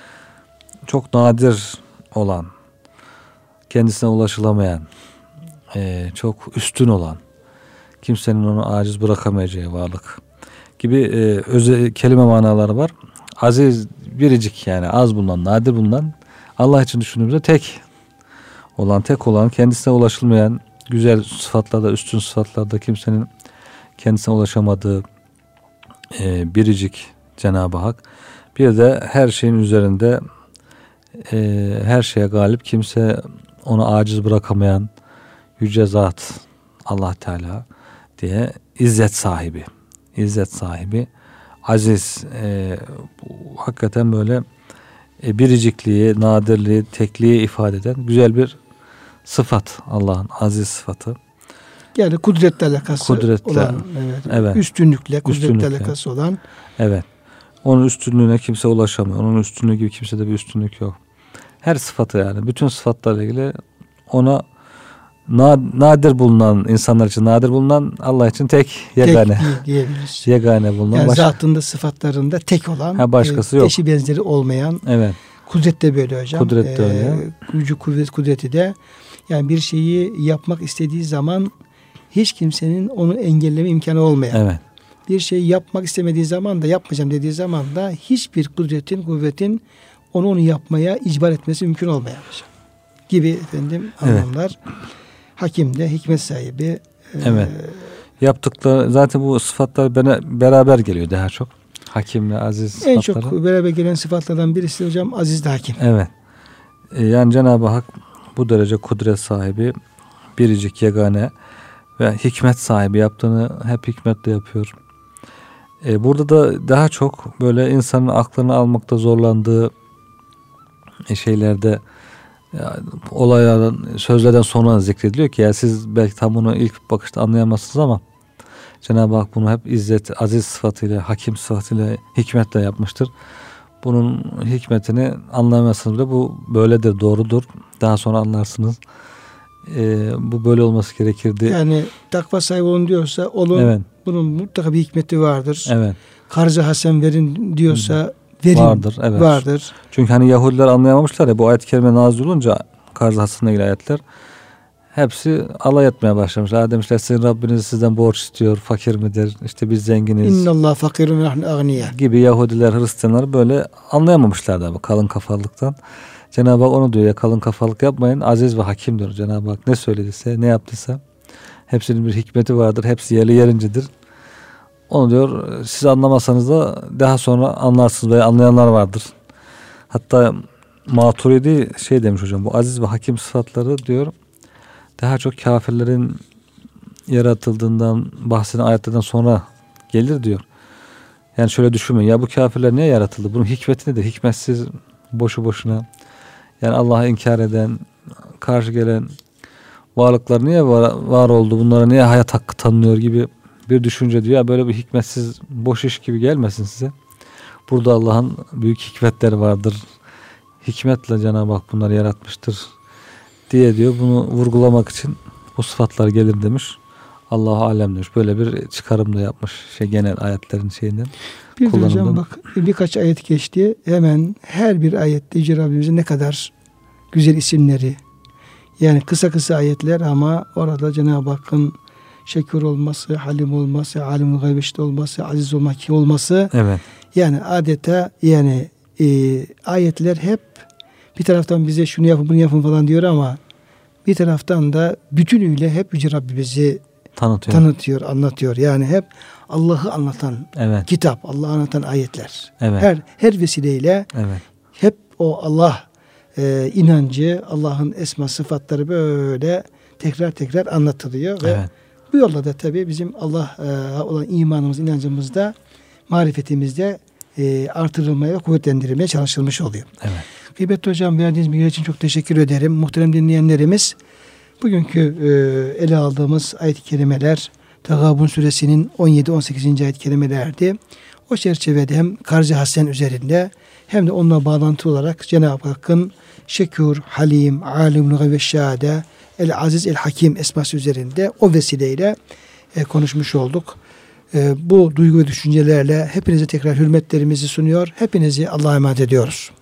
çok nadir olan, kendisine ulaşılamayan, çok üstün olan, kimsenin onu aciz bırakamayacağı varlık gibi özel kelime manaları var. Aziz biricik yani az bulunan, nadir bulunan, Allah için düşündüğümüzde tek olan, kendisine ulaşılmayan, güzel sıfatlarda, üstün sıfatlarda kimsenin kendisine ulaşamadığı biricik Cenab-ı Hak. Bir de her şeyin üzerinde her şeye galip, kimse onu aciz bırakamayan yüce zat Allah Teala diye izzet sahibi aziz, hakikaten böyle biricikliği, nadirliği, tekliği ifade eden güzel bir sıfat, Allah'ın aziz sıfatı. Yani kudretle alakası olan, evet. Üstünlükle, kudretle alakası olan. Evet. Onun üstünlüğüne kimse ulaşamıyor. Onun üstünlüğü gibi kimsede bir üstünlük yok. Her sıfatı yani, bütün sıfatlarla ilgili ona nadir bulunan, insanlar için nadir bulunan, Allah için tek yegane. Tek diyebiliriz. Yegane bulunan. Yani zatında, sıfatlarında tek olan, başkası yok. Eşi benzeri olmayan. Evet. Kudret de böyle hocam. Kudret de öyle. Gücü, kudreti de yani bir şeyi yapmak istediği zaman hiç kimsenin onu engelleme imkanı olmayan. Evet. Bir şeyi yapmak istemediği zaman da yapmayacağım dediği zaman da hiçbir kuvvetin onu yapmaya icbar etmesi mümkün olmayan gibi efendim anlamlar. Evet. Hakim de hikmet sahibi. Evet. Yaptıkları zaten bu sıfatlar beraber geliyor daha çok. Hakim ve aziz sıfatları. En çok beraber gelen sıfatlardan birisi hocam aziz de hakim. Evet. Yani Cenab-ı Hak bu derece kudret sahibi, biricik, yegane ve hikmet sahibi, yaptığını hep hikmetle yapıyor. Burada da daha çok böyle insanın aklını almakta zorlandığı şeylerde olaylardan, sözlerden sonra zikrediliyor ki ya siz belki tam bunu ilk bakışta anlayamazsınız ama Cenab-ı Hak bunu hep izzet, aziz sıfatıyla, hakim sıfatıyla, hikmetle yapmıştır. Bunun hikmetini anlayamazsınız bile. Bu böyledir, doğrudur. Daha sonra anlarsınız. Bu böyle olması gerekirdi. Yani takva sahibi olun diyorsa olun. Evet. Bunun mutlaka bir hikmeti vardır. Evet. Karz-ı hasen verin diyorsa verin. Vardır. Evet. Vardır. Çünkü hani Yahudiler anlayamamışlar ya, bu ayet-i kerime nazil olunca Karz-ı hasenle ilgili ayetler hepsi alay etmeye başlamışlar. Demişler sizin Rabbiniz sizden borç istiyor, fakir midir? İşte biz zenginiz. İnnallah fakirun ve nahnu agniya gibi Yahudiler, Hristiyanlar böyle anlayamamışlar da bu kalın kafalılıktan. Cenab-ı Hak onu diyor ya, kalın kafalık yapmayın, aziz ve hakim diyor. Cenab-ı Hak ne söylediyse, ne yaptıysa hepsinin bir hikmeti vardır. Hepsi yerli yerincedir. Onu diyor siz anlamasanız da daha sonra anlarsınız veya anlayanlar vardır. Hatta Maturidi demiş hocam, bu aziz ve hakim sıfatları diyor daha çok kafirlerin yaratıldığından bahseden ayetlerden sonra gelir diyor. Yani şöyle düşünmeyin. Ya bu kafirler niye yaratıldı? Bunun hikmeti nedir? Hikmetsiz, boşu boşuna. Yani Allah'ı inkar eden, karşı gelen varlıklar niye var oldu? Bunlara niye hayat hakkı tanınıyor gibi bir düşünce diyor. Ya böyle bir hikmetsiz, boş iş gibi gelmesin size. Burada Allah'ın büyük hikmetleri vardır. Hikmetle Cenab-ı Hak bunları yaratmıştır diye diyor. Bunu vurgulamak için bu sıfatlar gelir demiş. Allahu alem demiş. Böyle bir çıkarım da yapmış. Genel ayetlerin şeyinden. Bir de hocam bak birkaç ayet geçti. Hemen her bir ayette Yüce Rabbimizin ne kadar güzel isimleri. Yani kısa kısa ayetler ama orada Cenab-ı Hakk'ın şekür olması, halim olması, alimul gaybeşte olması, aziz olmak olması. Evet. Yani adeta yani ayetler hep bir taraftan bize şunu yapın bunu yapın falan diyor ama bir taraftan da bütünüyle hep Yüce Rabbimizi tanıtıyor, anlatıyor. Yani hep Allah'ı anlatan kitap, Allah'ı anlatan ayetler. Evet. Her vesileyle hep o Allah inancı, Allah'ın esma sıfatları böyle tekrar tekrar anlatılıyor ve bu yolda da tabii bizim Allah'a olan imanımız, inancımızda, marifetimizde artırılmaya ve kuvvetlendirilmeye çalışılmış oluyor. Evet. Kıymetli hocam, verdiğiniz bilgiler için çok teşekkür ederim. Muhterem dinleyenlerimiz, bugünkü ele aldığımız ayet-i kerimeler Tegabun suresinin 17-18. ayet-i kerimelerdi. O çerçevede hem Karz-ı Hasen üzerinde hem de onunla bağlantılı olarak Cenab-ı Hakk'ın Şekür, Halim, Alim, Lüga ve Şehade, El Aziz, El Hakim esması üzerinde o vesileyle konuşmuş olduk. Bu duygu ve düşüncelerle hepinize tekrar hürmetlerimizi sunuyor. Hepinizi Allah'a emanet ediyoruz.